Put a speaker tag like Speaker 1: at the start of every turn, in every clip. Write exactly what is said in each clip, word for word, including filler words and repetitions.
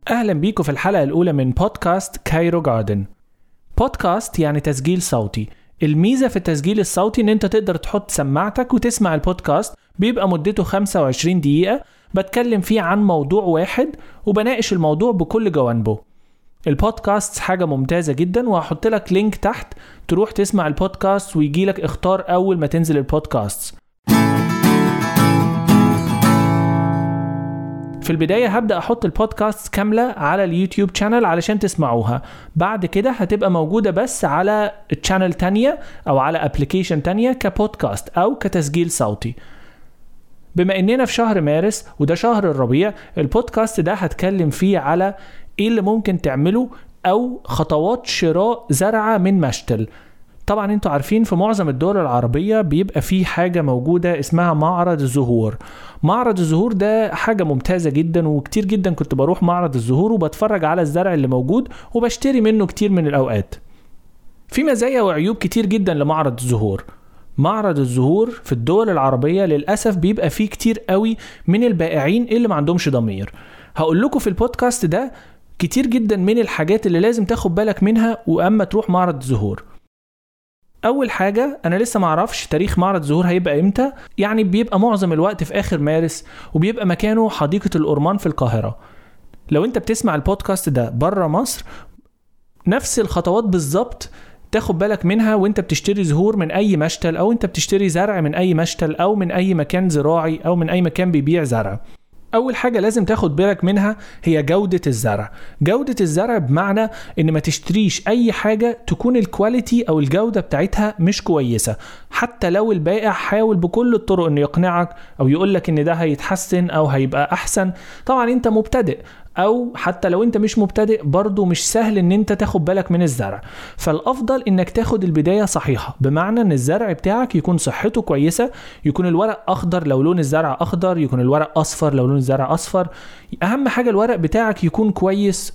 Speaker 1: أهلا بيكم في الحلقة الأولى من بودكاست كايرو جاردن. بودكاست يعني تسجيل صوتي. الميزة في التسجيل الصوتي إن أنت تقدر تحط سماعتك وتسمع البودكاست، بيبقى مدته خمسة وعشرين دقيقة بتكلم فيه عن موضوع واحد وبناقش الموضوع بكل جوانبه. البودكاست حاجة ممتازة جدا، وهحط لك لينك تحت تروح تسمع البودكاست ويجيلك اختار أول ما تنزل البودكاست. في البداية هبدأ أحط البودكاست كاملة على اليوتيوب channel علشان تسمعوها. بعد كده هتبقى موجودة بس على channel تانية أو على application تانية كبودكاست أو كتسجيل صوتي. بما إننا في شهر مارس وده شهر الربيع، البودكاست ده هتكلم فيه على إيه اللي ممكن تعمله أو خطوات شراء زرعة من مشتل. طبعا انتوا عارفين في معظم الدول العربية بيبقى فيه حاجة موجودة اسمها معرض الزهور. معرض الزهور ده حاجة ممتازة جدا، وكتير جدا كنت بروح معرض الزهور وبتفرج على الزرع اللي موجود وبشتري منه كتير من الأوقات. في مزايا وعيوب كتير جدا لمعرض الزهور. معرض الزهور في الدول العربية للأسف بيبقى فيه كتير قوي من البائعين اللي ما عندهمش ضمير. هقول لكم في البودكاست ده كتير جدا من الحاجات اللي لازم تاخد بالك منها وأما تروح معرض الزهور. اول حاجه، انا لسه معرفش تاريخ معرض الزهور هيبقى امتى، يعني بيبقى معظم الوقت في اخر مارس، وبيبقى مكانه حديقه الأورمان في القاهره. لو انت بتسمع البودكاست ده بره مصر، نفس الخطوات بالظبط تاخد بالك منها وانت بتشتري زهور من اي مشتل، او انت بتشتري زرع من اي مشتل، او من اي مكان زراعي، او من اي مكان بيبيع زرع. أول حاجة لازم تاخد بالك منها هي جودة الزرع. جودة الزرع بمعنى إن ما تشتريش أي حاجة تكون الكواليتي أو الجودة بتاعتها مش كويسة، حتى لو البائع حاول بكل الطرق إنه يقنعك أو يقولك إن ده هيتحسن أو هيبقى أحسن. طبعا أنت مبتدئ، أو حتى لو أنت مش مبتدئ برضو مش سهل إن أنت تاخد بالك من الزرع. فالأفضل إنك تاخد البداية صحيحة، بمعنى إن الزرع بتاعك يكون صحته كويسة، يكون الورق أخضر لو لون الزرع أخضر، يكون الورق أصفر لو لون الزرع أصفر. أهم حاجة الورق بتاعك يكون كويس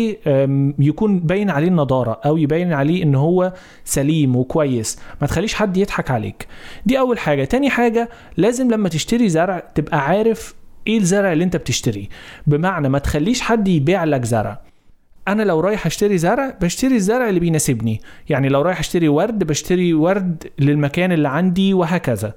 Speaker 1: ويكون باين عليه النضارة، أو يبين عليه إن هو سليم وكويس، ما تخليش حد يضحك عليك. دي أول حاجة. تاني حاجة، لازم لما تشتري زرع تبقى عارف ايه الزرع اللي انت بتشتريه، بمعنى ما تخليش حد يبيع لك زرع. انا لو رايح اشتري زرع بشتري الزرع اللي بيناسبني، يعني لو رايح اشتري ورد بشتري ورد للمكان اللي عندي، وهكذا.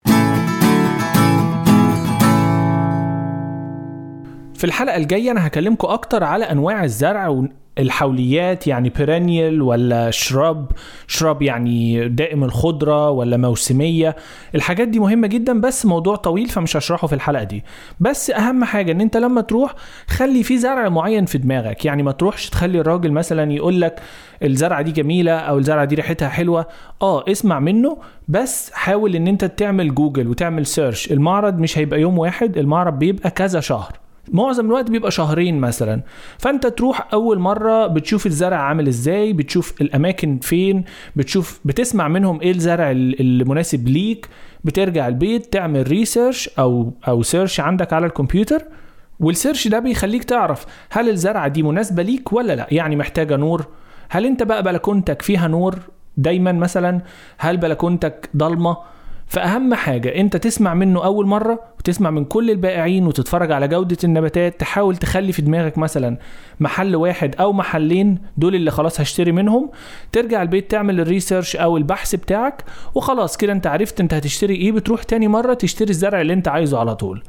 Speaker 1: في الحلقة الجاية أنا هكلمكم أكتر على أنواع الزرع والحوليات، يعني بيرانيال ولا شراب شراب يعني دائم الخضرة ولا موسمية. الحاجات دي مهمة جدا، بس موضوع طويل فمش هشرحه في الحلقة دي. بس أهم حاجة أن أنت لما تروح خلي في زرع معين في دماغك، يعني ما تروحش تخلي الراجل مثلا يقولك الزرعة دي جميلة أو الزرعة دي ريحتها حلوة. آه اسمع منه، بس حاول أن أنت تعمل جوجل وتعمل سيرش. المعرض مش هيبقى يوم واحد، المعرض بيبقى كذا شهر، معظم الوقت بيبقى شهرين مثلا. فانت تروح اول مرة بتشوف الزرع عامل ازاي، بتشوف الاماكن فين، بتشوف بتسمع منهم ايه الزرع المناسب ليك، بترجع البيت تعمل ريسيرش او او سيرش عندك على الكمبيوتر، والسيرش ده بيخليك تعرف هل الزرعة دي مناسبة ليك ولا لا. يعني محتاجة نور، هل انت بقى بلكونتك فيها نور دايما مثلا، هل بلكونتك ضلمة. فأهم حاجة أنت تسمع منه أول مرة، وتسمع من كل البائعين، وتتفرج على جودة النباتات. تحاول تخلي في دماغك مثلا محل واحد أو محلين، دول اللي خلاص هشتري منهم. ترجع البيت تعمل الريسيرش أو البحث بتاعك، وخلاص كده أنت عرفت أنت هتشتري إيه. بتروح تاني مرة تشتري الزرع اللي أنت عايزه على طول.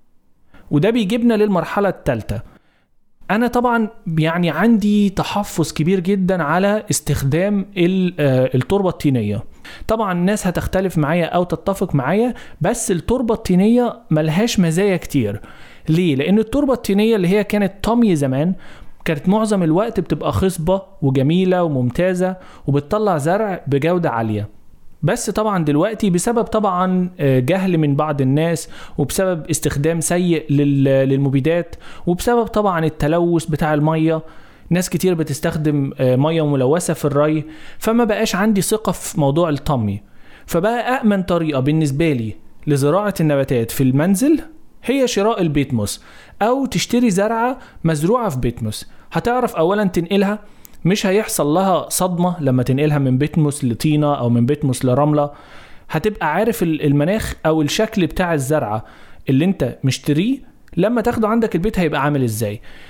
Speaker 1: وده بيجيبنا للمرحلة الثالثة. أنا طبعا يعني عندي تحفظ كبير جدا على استخدام التربة الطينية. طبعا الناس هتختلف معايا أو تتفق معايا، بس التربة الطينية ملهاش مزايا كتير. ليه؟ لأن التربة الطينية اللي هي كانت طمي زمان كانت معظم الوقت بتبقى خصبة وجميلة وممتازة وبتطلع زرع بجودة عالية. بس طبعا دلوقتي بسبب طبعا جهل من بعض الناس، وبسبب استخدام سيء للمبيدات، وبسبب طبعا التلوث بتاع المية، ناس كتير بتستخدم مية ملوثة في الري، فما بقاش عندي ثقة في موضوع الطمي. فبقى أأمن طريقة بالنسبة لي لزراعة النباتات في المنزل هي شراء البيتموس، أو تشتري زرعة مزروعة في بيتموس. هتعرف أولا تنقلها، مش هيحصل لها صدمة لما تنقلها من بيتموس لطينة أو من بيتموس لرملة. هتبقى عارف المناخ أو الشكل بتاع الزرعة اللي انت مشتريه لما تاخده عندك البيت هيبقى عامل ازاي.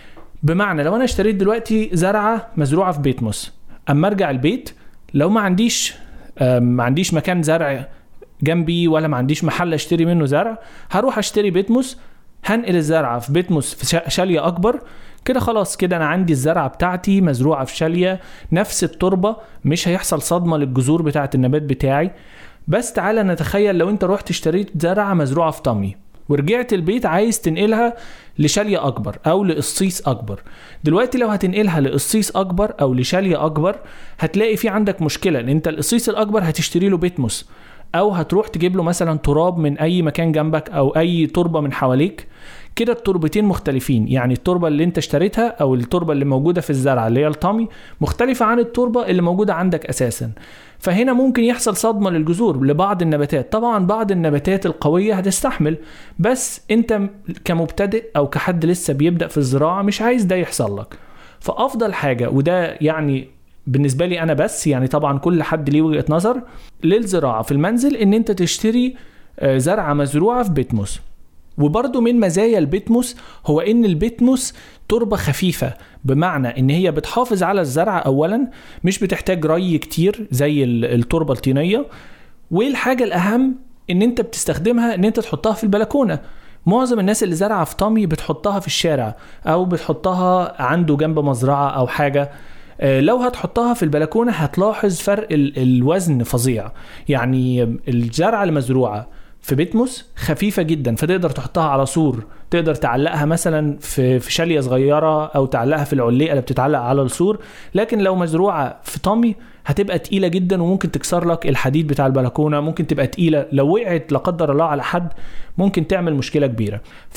Speaker 1: بمعنى لو انا اشتريت دلوقتي زرعة مزروعة في بيتموس، اما ارجع البيت لو ما عنديش ما عنديش مكان زرع جنبي ولا ما عنديش محل اشتري منه زرع، هروح اشتري بيتموس، هنقل الزرعة في بيتموس في شالية اكبر كده، خلاص كده انا عندي الزرعة بتاعتي مزروعة في شالية نفس التربة، مش هيحصل صدمة للجذور بتاعة النبات بتاعي. بس تعالى نتخيل لو انت رحت اشتريت زرعة مزروعة في طمي ورجعت البيت عايز تنقلها لشالية اكبر او لقصيص اكبر. دلوقتي لو هتنقلها لقصيص اكبر او لشالية اكبر هتلاقي في عندك مشكلة، ان انت القصيص الاكبر هتشتري له بيتموس، او هتروح تجيب له مثلا تراب من اي مكان جنبك او اي تربة من حواليك. كده التربتين مختلفين، يعني التربة اللي انت اشتريتها او التربة اللي موجودة في الزرعة اللي هي الطمي مختلفة عن التربة اللي موجودة عندك اساسا. فهنا ممكن يحصل صدمة للجذور لبعض النباتات. طبعا بعض النباتات القوية هتستحمل، بس انت كمبتدئ او كحد لسه بيبدأ في الزراعة مش عايز ده يحصل لك. فافضل حاجة، وده يعني بالنسبة لي انا بس، يعني طبعا كل حد ليه وجهة نظر للزراعة في المنزل، ان انت تشتري زرعة مزروعة في بيتموس. وبرضو من مزايا البيتموس هو ان البيتموس تربة خفيفة، بمعنى ان هي بتحافظ على الزرع اولا، مش بتحتاج ري كتير زي التربة الطينية. والحاجة الاهم ان انت بتستخدمها ان انت تحطها في البلكونة. معظم الناس اللي زرعة في طمي بتحطها في الشارع او بتحطها عنده جنب مزرعة او حاجة. لو هتحطها في البلكونة هتلاحظ فرق الوزن فظيع. يعني الزرعة المزروعة في بيتموس خفيفة جدا، فتقدر تحطها على سور، تقدر تعلقها مثلا في في شالية صغيرة او تعلقها في العليقة اللي بتتعلق على السور. لكن لو مزروعة في طمي هتبقى تقيلة جدا وممكن تكسر لك الحديد بتاع البلكونة، ممكن تبقى تقيلة لو وقعت لا قدر الله على حد ممكن تعمل مشكلة كبيرة.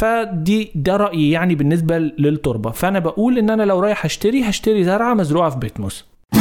Speaker 1: فدي ده رأيي يعني بالنسبة للتربة. فانا بقول ان انا لو رايح اشتري هشتري زرعة مزروعة في بيتموس.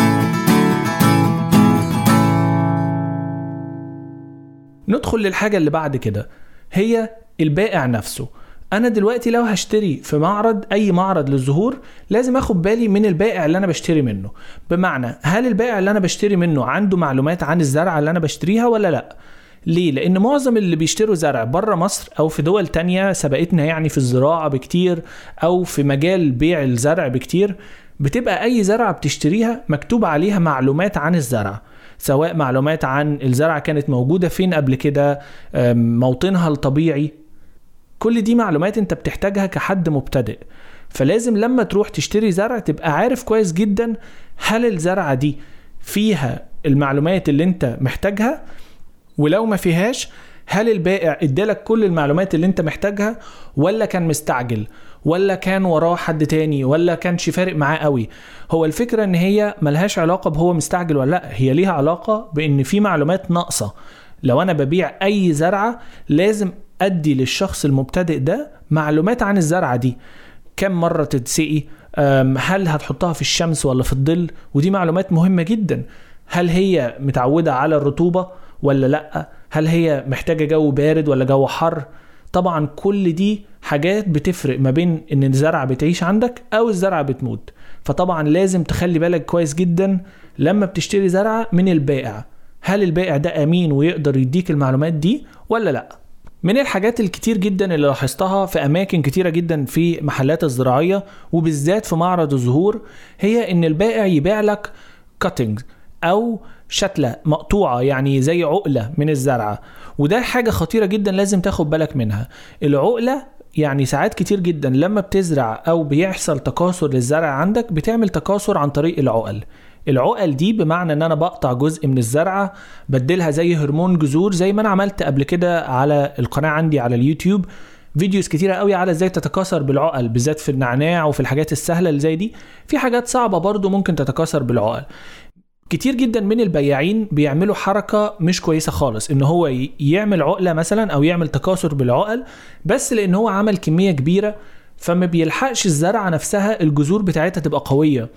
Speaker 1: ندخل للحاجة اللي بعد كده، هي البائع نفسه. انا دلوقتي لو هشتري في معرض، اي معرض للزهور، لازم اخد بالي من البائع اللي انا بشتري منه. بمعنى هل البائع اللي انا بشتري منه عنده معلومات عن الزرعة اللي انا بشتريها ولا لا؟ ليه؟ لان معظم اللي بيشتروا زرع بره مصر او في دول تانية سبقتنا يعني في الزراعة بكتير او في مجال بيع الزرع بكتير، بتبقى اي زرعة بتشتريها مكتوب عليها معلومات عن الزرع، سواء معلومات عن الزرعة كانت موجودة فين قبل كده، موطنها الطبيعي، كل دي معلومات انت بتحتاجها كحد مبتدئ. فلازم لما تروح تشتري زرع تبقى عارف كويس جدا هل الزرعة دي فيها المعلومات اللي انت محتاجها، ولو ما فيهاش هل البائع ادالك كل المعلومات اللي انت محتاجها ولا كان مستعجل ولا كان وراه حد تاني ولا كانش فارق معاه قوي. هو الفكرة ان هي ملهاش علاقة بهو مستعجل ولا لا، هي ليها علاقة بان في معلومات ناقصة. لو انا ببيع اي زرعة لازم ادي للشخص المبتدئ ده معلومات عن الزرعة دي، كم مرة تتسقي، هل هتحطها في الشمس ولا في الظل، ودي معلومات مهمة جدا. هل هي متعودة على الرطوبة ولا لا، هل هي محتاجة جو بارد ولا جو حر. طبعا كل دي حاجات بتفرق ما بين ان الزرعة بتعيش عندك او الزرعة بتموت. فطبعا لازم تخلي بالك كويس جدا لما بتشتري زرعة من البائع، هل البائع ده امين ويقدر يديك المعلومات دي ولا لا. من الحاجات الكتير جدا اللي لاحظتها في اماكن كتيرة جدا في محلات الزراعية وبالذات في معرض الزهور، هي ان البائع يبيع لك كاتنج او شتلة مقطوعة، يعني زي عقلة من الزرعة. وده حاجة خطيرة جدا لازم تاخد بالك منها. العقلة يعني ساعات كتير جدا لما بتزرع او بيحصل تكاثر للزرع عندك بتعمل تكاثر عن طريق العقل. العقل دي بمعنى ان انا بقطع جزء من الزرعة بدلها زي هرمون جذور، زي ما انا عملت قبل كده على القناة عندي على اليوتيوب فيديوز كتيرة قوي على ازاي تتكاثر بالعقل، بالذات في النعناع وفي الحاجات السهلة اللي زي دي. في حاجات صعبة برضو ممكن تتكاثر بالعقل. كتير جدا من البياعين بيعملوا حركة مش كويسة خالص، ان هو يعمل عقلة مثلا او يعمل تكاثر بالعقل بس لان هو عمل كمية كبيرة فما بيلحقش الزرعة نفسها الجذور بتاعتها تبقى قوية.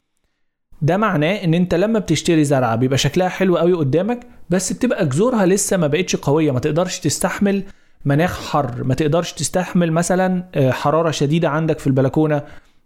Speaker 1: ده معناه ان انت لما بتشتري زرعة بيبقى شكلها حلو قوي قدامك بس بتبقى جذورها لسه ما بقتش قوية، ما تقدرش تستحمل مناخ حر، ما تقدرش تستحمل مثلا حرارة شديدة عندك في البلكونة،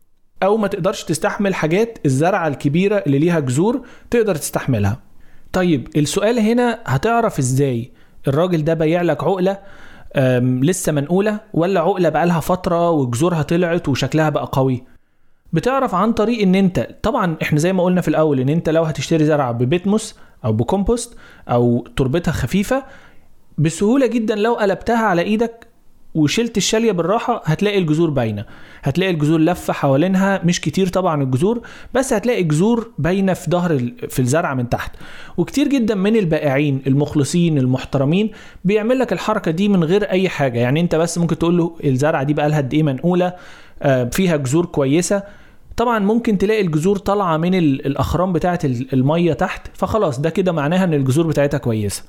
Speaker 1: او ما تقدرش تستحمل حاجات الزرعة الكبيرة اللي ليها جذور تقدر تستحملها. طيب السؤال هنا، هتعرف ازاي الراجل ده بيع لك عقلة لسه منقولة ولا عقلة بقالها فترة وجذورها طلعت وشكلها بقى قوي؟ بتعرف عن طريق ان انت طبعا احنا زي ما قلنا في الاول ان انت لو هتشتري زرعه ببيتموس او بكومبوست او تربتها خفيفه، بسهوله جدا لو قلبتها على ايدك وشلت الشاليه بالراحه هتلاقي الجذور باينه، هتلاقي الجذور لفه حوالينها، مش كتير طبعا الجذور، بس هتلاقي جذور باينه في ظهر في الزرعه من تحت. وكتير جدا من البائعين المخلصين المحترمين بيعمل لك الحركه دي من غير اي حاجه، يعني انت بس ممكن تقول له الزرعه دي بقى لها قد ايه منقوله، فيها جذور كويسه، طبعا ممكن تلاقي الجذور طالعه من الاخرام بتاعه الميه تحت، فخلاص ده كده معناها ان الجذور بتاعتها كويسه.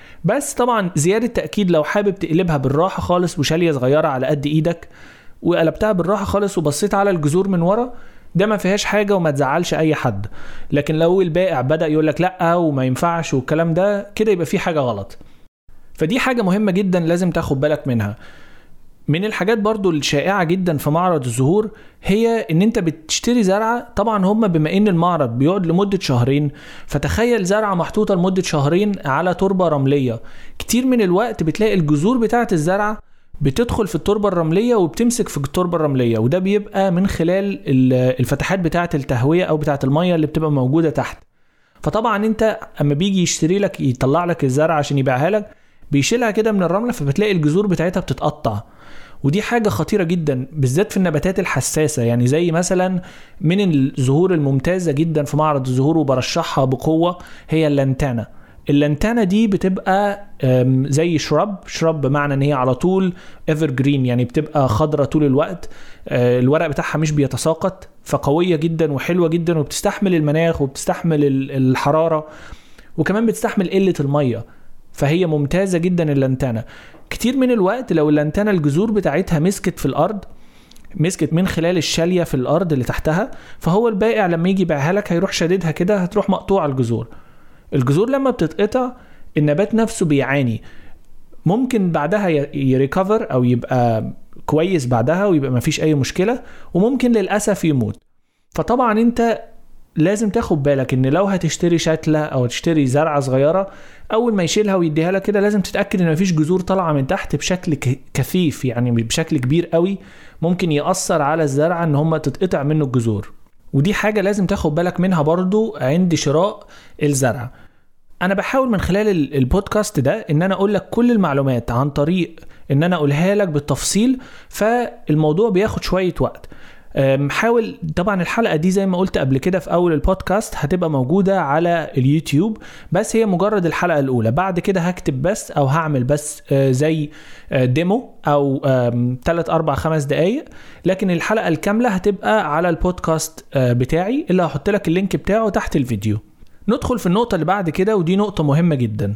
Speaker 1: بس طبعا زيادة تأكيد لو حابب تقلبها بالراحة خالص وشالية صغيرة على قد ايدك وقلبتها بالراحة خالص وبصيت على الجذور من ورا، ده ما فيهاش حاجة وما تزعلش اي حد. لكن لو البائع بدأ يقولك لأ وما ينفعش والكلام ده كده يبقى فيه حاجة غلط. فدي حاجة مهمة جدا لازم تاخد بالك منها. من الحاجات برضو الشائعة جدا في معرض الزهور هي ان انت بتشتري زرعة، طبعا هم بما ان المعرض بيقعد لمدة شهرين، فتخيل زرعة محطوطة لمدة شهرين على تربة رملية، كتير من الوقت بتلاقي الجذور بتاعة الزرعة بتدخل في التربة الرملية وبتمسك في التربة الرملية، وده بيبقى من خلال الفتحات بتاعة التهوية او بتاعة المية اللي بتبقى موجودة تحت. فطبعا انت اما بيجي يشتري لك يطلع لك الزرعة عشان يبيعها لك بيشيلها كده من الرملة، فبتلاقي الجذور بتاعتها بتتقطع، ودي حاجة خطيرة جدا بالذات في النباتات الحساسة. يعني زي مثلا من الزهور الممتازة جدا في معرض الزهور وبرشحها بقوة هي اللانتانا. اللانتانا دي بتبقى زي شرب شرب بمعنى ان هي على طول evergreen، يعني بتبقى خضرة طول الوقت، الورق بتاعها مش بيتساقط، فقوية جدا وحلوة جدا وبتستحمل المناخ وبتستحمل الحرارة وكمان بتستحمل قلة المية، فهي ممتازة جدا اللانتانا. كتير من الوقت لو اللانتانا الجذور بتاعتها مسكت في الارض، مسكت من خلال الشالية في الارض اللي تحتها، فهو البائع لما يجي يبيعها لك هيروح شديدها كده هتروح مقطوع الجذور. الجذور لما بتتقطع النبات نفسه بيعاني، ممكن بعدها يريكفر او يبقى كويس بعدها ويبقى ما فيش اي مشكلة، وممكن للأسف يموت. فطبعا انت لازم تاخد بالك ان لو هتشتري شتلة او تشتري زرعة صغيرة، اول ما يشيلها ويديها لك كده لازم تتأكد ان مفيش جذور طالعة من تحت بشكل كثيف، يعني بشكل كبير قوي ممكن يأثر على الزرعة ان هم تتقطع منه الجذور. ودي حاجة لازم تاخد بالك منها برضو عند شراء الزرع. انا بحاول من خلال البودكاست ده ان انا اقول لك كل المعلومات عن طريق ان انا اقولها لك بالتفصيل، فالموضوع بياخد شوية وقت. حاول طبعا الحلقة دي زي ما قلت قبل كده في أول البودكاست هتبقى موجودة على اليوتيوب، بس هي مجرد الحلقة الأولى. بعد كده هكتب بس أو هعمل بس زي ديمو أو ثلاث أربع خمس دقايق، لكن الحلقة الكاملة هتبقى على البودكاست بتاعي اللي هحط لك اللينك بتاعه تحت الفيديو. ندخل في النقطة اللي بعد كده، ودي نقطة مهمة جدا.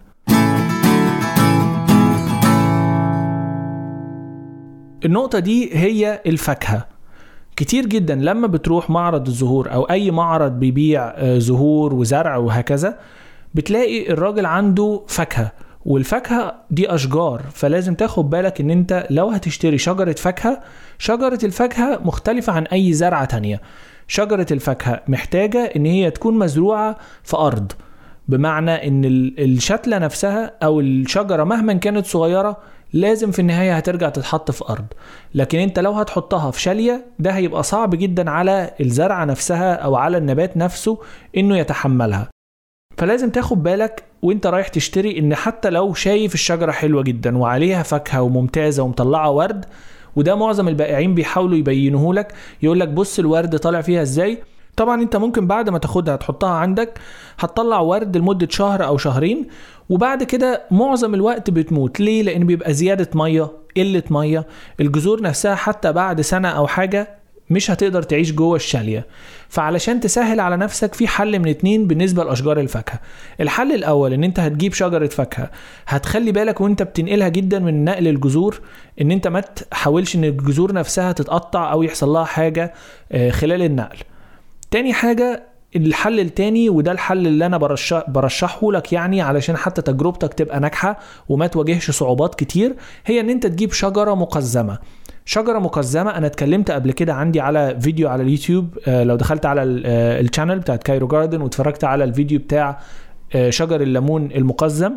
Speaker 1: النقطة دي هي الفاكهة. كتير جدا لما بتروح معرض الزهور او اي معرض بيبيع زهور وزرع وهكذا بتلاقي الراجل عنده فاكهة، والفاكهة دي اشجار، فلازم تاخد بالك ان انت لو هتشتري شجرة فاكهة، شجرة الفاكهة مختلفة عن اي زرعة تانية. شجرة الفاكهة محتاجة ان هي تكون مزروعة في ارض، بمعنى ان الشتلة نفسها او الشجرة مهما كانت صغيرة لازم في النهاية هترجع تتحط في أرض. لكن انت لو هتحطها في شالية ده هيبقى صعب جدا على الزرعة نفسها أو على النبات نفسه إنه يتحملها. فلازم تاخد بالك وانت رايح تشتري إن حتى لو شايف الشجرة حلوة جدا وعليها فاكهة وممتازة ومطلعة ورد، وده معظم البائعين بيحاولوا يبينوه لك، يقولك بص الورد طالع فيها ازاي. طبعا انت ممكن بعد ما تاخدها تحطها عندك هتطلع ورد لمدة شهر او شهرين، وبعد كده معظم الوقت بتموت. ليه؟ لان بيبقى زيادة مية، قلة مية، الجذور نفسها حتى بعد سنة او حاجة مش هتقدر تعيش جوه الشالية. فعلشان تسهل على نفسك في حل من اتنين بالنسبة لأشجار الفاكهة. الحل الأول ان انت هتجيب شجرة فاكهة، هتخلي بالك وانت بتنقلها جدا من نقل الجذور ان انت ما تحاولش ان الجذور نفسها تتقطع او يحصل لها حاجة خلال النقل. تاني حاجة الحل التاني، وده الحل اللي انا برشح برشحه لك يعني علشان حتى تجربتك تبقى ناجحة وما تواجهش صعوبات كتير، هي ان انت تجيب شجرة مقزمة. شجرة مقزمة انا اتكلمت قبل كده عندي على فيديو على اليوتيوب، لو دخلت على الشانل بتاعت كايرو جاردن واتفرجت على الفيديو بتاع شجر الليمون المقزم،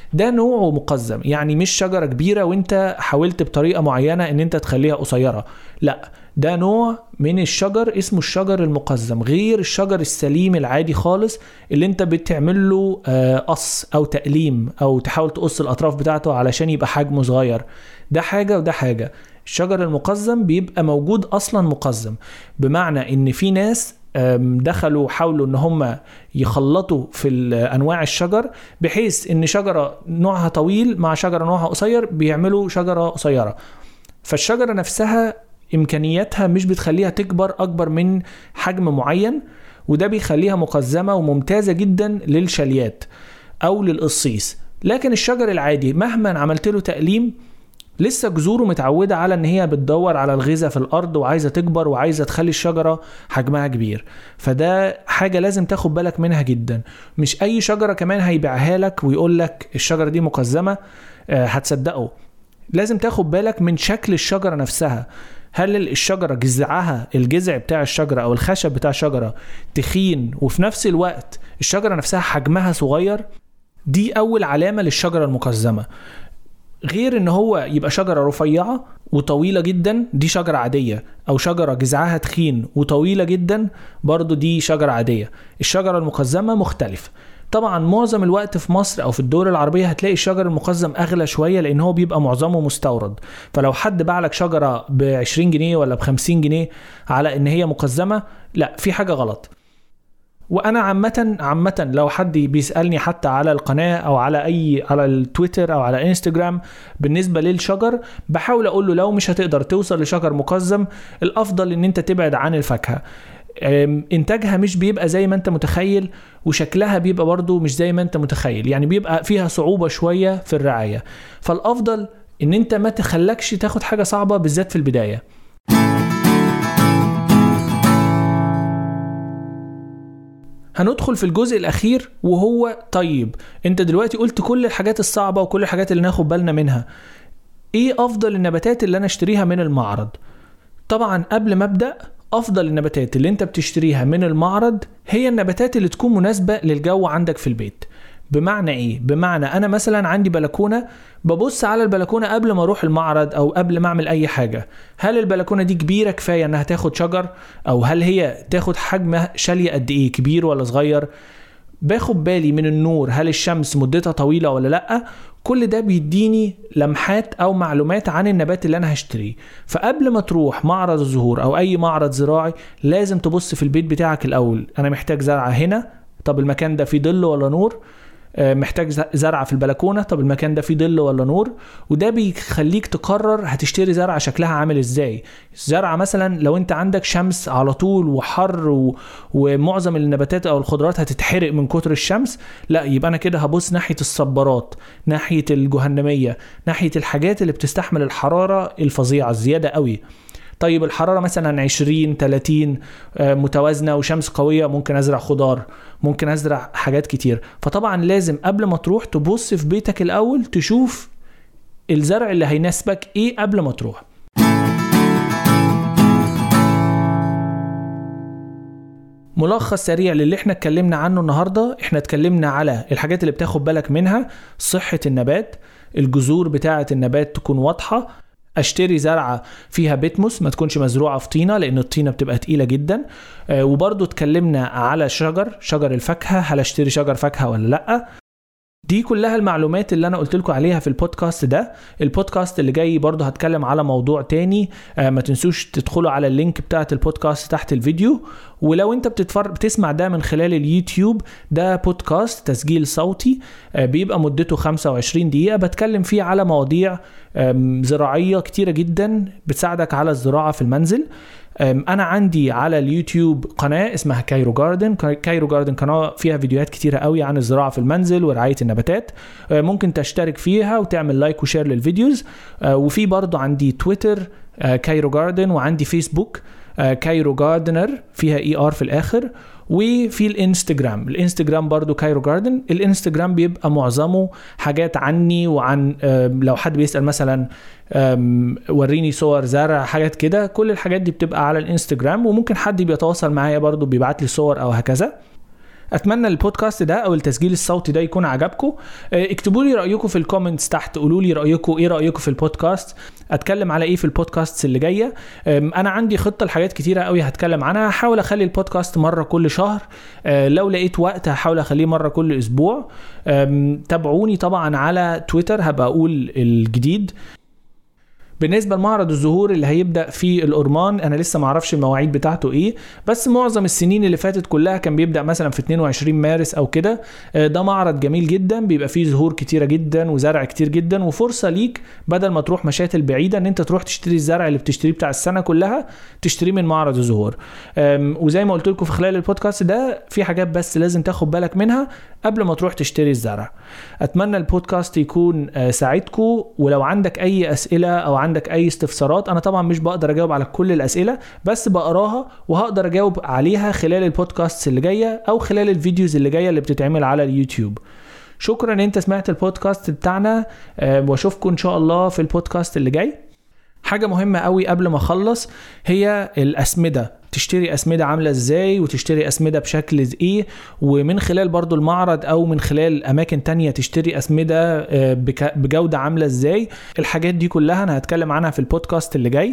Speaker 1: ده نوعه مقزم، يعني مش شجرة كبيرة وانت حاولت بطريقة معينة ان انت تخليها قصيرة، لا ده نوع من الشجر اسمه الشجر المقزم، غير الشجر السليم العادي خالص اللي انت بتعمل له قص او تقليم او تحاول تقص الاطراف بتاعته علشان يبقى حجمه صغير. ده حاجة وده حاجة. الشجر المقزم بيبقى موجود اصلا مقزم، بمعنى ان في ناس دخلوا حاولوا ان هم يخلطوا في انواع الشجر بحيث ان شجرة نوعها طويل مع شجرة نوعها قصير بيعملوا شجرة قصيرة، فالشجرة نفسها امكانياتها مش بتخليها تكبر اكبر من حجم معين، وده بيخليها مقزمة وممتازة جدا للشاليات او للقصيص. لكن الشجر العادي مهما عملت له تقليم لسه جذوره متعودة على ان هي بتدور على الغذاء في الارض وعايزة تكبر وعايزة تخلي الشجرة حجمها كبير. فده حاجة لازم تاخد بالك منها جدا. مش اي شجرة كمان هيبيعها لك ويقول لك الشجرة دي مقزمة هتصدقه. لازم تاخد بالك من شكل الشجرة نفسها. هل الشجرة جذعها الجذع بتاع الشجرة او الخشب بتاع الشجرة تخين وفي نفس الوقت الشجرة نفسها حجمها صغير؟ دي اول علامة للشجرة المقزمة. غير ان هو يبقى شجرة رفيعة وطويلة جدا دي شجرة عادية، او شجرة جذعها تخين وطويلة جدا برضو دي شجرة عادية. الشجرة المقزمة مختلفة. طبعا معظم الوقت في مصر او في الدول العربية هتلاقي الشجر المقزم اغلى شوية لان هو بيبقى معظمه مستورد، فلو حد باع لك شجرة بعشرين جنيه ولا بخمسين جنيه على ان هي مقزمة، لا في حاجة غلط. وانا عامه عامه لو حد بيسالني حتى على القناه او على اي على التويتر او على انستجرام بالنسبه للشجر، بحاول اقول له لو مش هتقدر توصل لشجر مقزم الافضل ان انت تبعد عن الفاكهه. انتاجها مش بيبقى زي ما انت متخيل، وشكلها بيبقى برضو مش زي ما انت متخيل، يعني بيبقى فيها صعوبه شويه في الرعايه. فالافضل ان انت ما تخلكش تاخد حاجه صعبه بالذات في البدايه. هندخل في الجزء الأخير وهو طيب انت دلوقتي قلت كل الحاجات الصعبة وكل الحاجات اللي ناخد بالنا منها، ايه افضل النباتات اللي انا اشتريها من المعرض؟ طبعا قبل ما ابدأ، افضل النباتات اللي انت بتشتريها من المعرض هي النباتات اللي تكون مناسبة للجو عندك في البيت. بمعنى ايه؟ بمعنى انا مثلا عندي بلكونة، ببص على البلكونة قبل ما اروح المعرض او قبل ما اعمل اي حاجة، هل البلكونة دي كبيرة كفاية انها تاخد شجر، او هل هي تاخد حجم شالية قد ايه، كبير ولا صغير؟ باخد بالي من النور، هل الشمس مدتها طويلة ولا لا؟ كل ده بيديني لمحات او معلومات عن النبات اللي انا هشتريه. فقبل ما تروح معرض الزهور او اي معرض زراعي لازم تبص في البيت بتاعك الاول، انا محتاج زرعة هنا، طب المكان ده فيه ظل ولا نور؟ محتاج زرعة في البلكونة، طب المكان ده فيه ظل ولا نور؟ وده بيخليك تقرر هتشتري زرعة شكلها عامل ازاي. الزرعة مثلا لو انت عندك شمس على طول وحر و... ومعظم النباتات او الخضروات هتتحرق من كتر الشمس، لا يبقى انا كده هبص ناحية الصبارات، ناحية الجهنمية، ناحية الحاجات اللي بتستحمل الحرارة الفظيعة الزيادة قوي. طيب الحرارة مثلا عشرين تلاتين متوازنة وشمس قوية، ممكن أزرع خضار، ممكن أزرع حاجات كتير. فطبعا لازم قبل ما تروح تبص في بيتك الأول تشوف الزرع اللي هيناسبك إيه قبل ما تروح. ملخص سريع للي احنا اتكلمنا عنه النهاردة. احنا اتكلمنا على الحاجات اللي بتاخد بالك منها: صحة النبات، الجذور بتاعة النبات تكون واضحة، اشتري زرعة فيها بيتموس ما تكونش مزروعة في طينة لان الطينة بتبقى تقيلة جدا. آه وبرضو اتكلمنا على شجر شجر الفاكهة، هل اشتري شجر فاكهة ولا لا. دي كلها المعلومات اللي انا قلت لكم عليها في البودكاست ده. البودكاست اللي جاي برضو هتكلم على موضوع تاني، آه ما تنسوش تدخلوا على اللينك بتاعت البودكاست تحت الفيديو. ولو انت بتتفرج بتسمع ده من خلال اليوتيوب، ده بودكاست تسجيل صوتي آه بيبقى مدته خمسة وعشرين دقيقة، بتكلم فيه على مواضيع زراعية كتيرة جدا بتساعدك على الزراعة في المنزل. انا عندي على اليوتيوب قناة اسمها كايرو جاردن. كايرو جاردن قناة فيها فيديوهات كتيرة قوي عن الزراعة في المنزل ورعاية النباتات، ممكن تشترك فيها وتعمل لايك وشير للفيديوز. وفي برضو عندي تويتر كايرو جاردن، وعندي فيسبوك كايرو جاردنر فيها اي ار في الاخر، وفي الانستجرام الانستجرام برضو كايرو جاردن. الانستجرام بيبقى معظمه حاجات عني وعن لو حد بيسأل مثلا وريني صور زرع حاجات كده، كل الحاجات دي بتبقى على الانستجرام، وممكن حد بيتواصل معايا برضو بيبعت لي صور او هكذا. اتمنى البودكاست ده او التسجيل الصوتي ده يكون عجبكم. اكتبوا لي رايكم في الكومنتس تحت، قولوا لي رايكم ايه رايكم في البودكاست، اتكلم على ايه في البودكاست اللي جايه. انا عندي خطه لحاجات كتيره قوي هتكلم عنها. هحاول اخلي البودكاست مره كل شهر، لو لقيت وقت هحاول اخليه مره كل اسبوع. تابعوني طبعا على تويتر، هبقى اقول الجديد. بالنسبة لمعرض الزهور اللي هيبدأ في الأورمان، أنا لسه معرفش المواعيد بتاعته إيه، بس معظم السنين اللي فاتت كلها كان بيبدأ مثلا في اتنين وعشرين مارس أو كده. ده معرض جميل جدا، بيبقى فيه زهور كتيرة جدا وزرع كتير جدا، وفرصة ليك بدل ما تروح مشاتل بعيدة إن أنت تروح تشتري الزرع اللي بتشتريه بتاع السنة كلها تشتريه من معرض الزهور. وزي ما قلت لكم في خلال البودكاست ده، في حاجات بس لازم تاخد بالك منها قبل ما تروح تشتري الزرع. أتمنى البودكاست يكون ساعدكم، ولو عندك أي أسئلة أو عندك أي استفسارات، أنا طبعا مش بقدر أجاوب على كل الأسئلة، بس بقراها وهقدر أجاوب عليها خلال البودكاست اللي جاية أو خلال الفيديوز اللي جاية اللي بتتعمل على اليوتيوب. شكرا ان انت سمعت البودكاست بتاعنا، واشوفكم ان شاء الله في البودكاست اللي جاي. حاجة مهمة قوي قبل ما اخلص هي الأسمدة. تشتري أسمدة عاملة ازاي، وتشتري أسمدة بشكل ايه، ومن خلال برضو المعرض او من خلال اماكن تانية تشتري أسمدة بجودة عاملة ازاي. الحاجات دي كلها انا هتكلم عنها في البودكاست اللي جاي.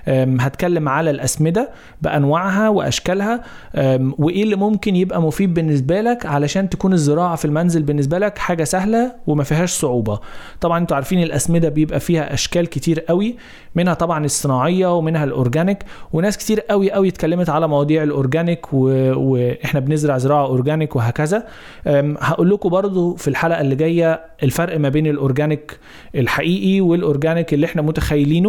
Speaker 1: هتكلم على الأسمدة بأنواعها واشكالها، وايه اللي ممكن يبقى مفيد بالنسبة لك علشان تكون الزراعة في المنزل بالنسبة لك حاجة سهلة وما فيهاش صعوبة. طبعا انتوا عارفين الأسمدة بيبقى فيها اشكال كتير قوي، منها طبعا الصناعية ومنها الأورجانيك، وناس كتير قوي قوي اتكلمت على مواضيع الأورجانيك و... واحنا بنزرع زراعة أورجانيك وهكذا. هقول لكم برضو في الحلقة اللي جاية الفرق ما بين الأورجانيك الحقيقي والأورجانيك اللي احنا متخيلينه،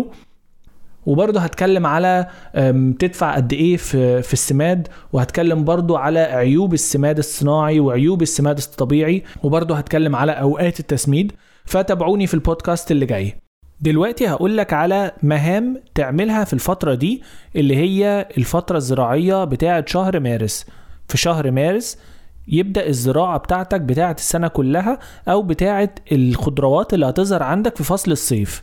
Speaker 1: وبرضه هتكلم على تدفع قد ايه في في السماد، وهتكلم برضه على عيوب السماد الصناعي وعيوب السماد الطبيعي، وبرضه هتكلم على اوقات التسميد. فتابعوني في البودكاست اللي جاي. دلوقتي هقول لك على مهام تعملها في الفترة دي اللي هي الفترة الزراعية بتاعة شهر مارس. في شهر مارس يبدأ الزراعة بتاعتك بتاعة السنة كلها او بتاعة الخضروات اللي هتظهر عندك في فصل الصيف.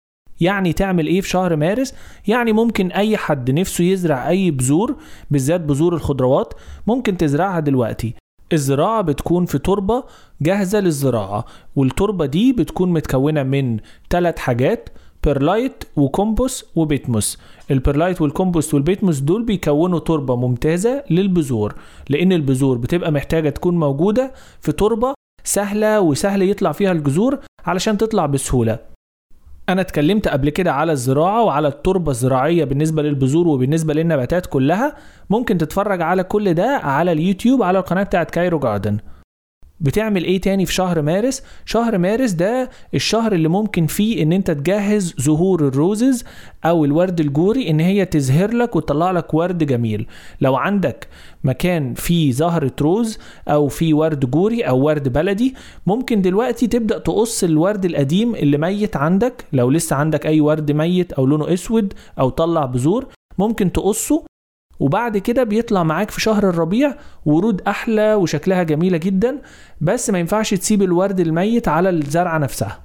Speaker 1: يعني تعمل ايه في شهر مارس؟ يعني ممكن اي حد نفسه يزرع اي بذور، بالذات بذور الخضروات، ممكن تزرعها دلوقتي. الزراعة بتكون في تربة جاهزة للزراعة، والتربة دي بتكون متكونة من ثلاث حاجات: بيرلايت وكومبوس وبيتموس. البيرلايت والكومبوس والبيتموس دول بيكونوا تربة ممتازة للبذور، لان البذور بتبقى محتاجة تكون موجودة في تربة سهلة وسهل يطلع فيها الجذور علشان تطلع بسهولة. أنا اتكلمت قبل كده على الزراعة وعلى التربة الزراعية بالنسبة للبذور وبالنسبة للنباتات كلها. ممكن تتفرج على كل ده على اليوتيوب على القناة بتاعت كايرو جاردن. بتعمل ايه تاني في شهر مارس؟ شهر مارس ده الشهر اللي ممكن فيه ان انت تجهز زهور الروزز او الورد الجوري ان هي تزهر لك وتطلع لك ورد جميل. لو عندك مكان فيه زهرة روز او فيه ورد جوري او ورد بلدي، ممكن دلوقتي تبدأ تقص الورد القديم اللي ميت عندك. لو لسه عندك اي ورد ميت او لونه اسود او طلع بذور، ممكن تقصه، وبعد كده بيطلع معاك في شهر الربيع ورود احلى وشكلها جميلة جدا. بس ما ينفعش تسيب الورد الميت على الزرعة نفسها.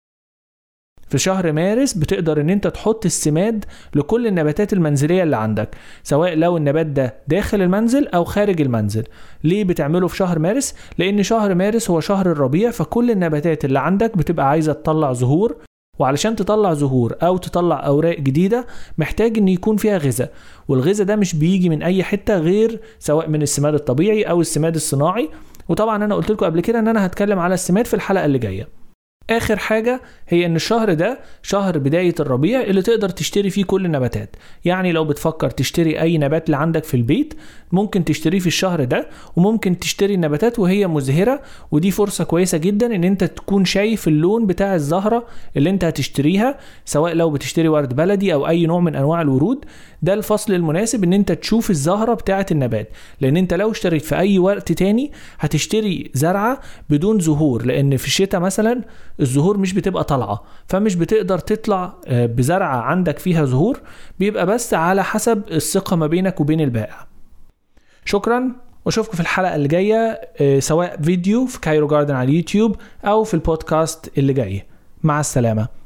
Speaker 1: في شهر مارس بتقدر ان انت تحط السماد لكل النباتات المنزلية اللي عندك، سواء لو النبات ده داخل المنزل او خارج المنزل. ليه بتعمله في شهر مارس؟ لان شهر مارس هو شهر الربيع، فكل النباتات اللي عندك بتبقى عايزة تطلع زهور، وعلشان تطلع زهور او تطلع اوراق جديدة محتاج ان يكون فيها غذاء، والغذاء ده مش بيجي من اي حتة غير سواء من السماد الطبيعي او السماد الصناعي. وطبعا انا قلت لكم قبل كده ان انا هتكلم على السماد في الحلقة اللي جاية. اخر حاجة هي ان الشهر ده شهر بداية الربيع اللي تقدر تشتري فيه كل النباتات. يعني لو بتفكر تشتري اي نبات اللي عندك في البيت ممكن تشتريه في الشهر ده، وممكن تشتري النباتات وهي مزهرة، ودي فرصة كويسة جدا ان انت تكون شايف اللون بتاع الزهرة اللي انت هتشتريها، سواء لو بتشتري ورد بلدي او اي نوع من انواع الورود. ده الفصل المناسب ان انت تشوف الزهرة بتاعة النبات، لان انت لو اشتريت في اي وقت تاني هتشتري زرعة بدون زهور، لان في الشتاء مثلا الزهور مش بتبقى طالعة، فمش بتقدر تطلع بزرعة عندك فيها زهور، بيبقى بس على حسب الثقة ما بينك وبين البائع. شكرا، واشوفكم في الحلقة اللي جاية، سواء فيديو في كايرو جاردن على اليوتيوب او في البودكاست اللي جاي. مع السلامة.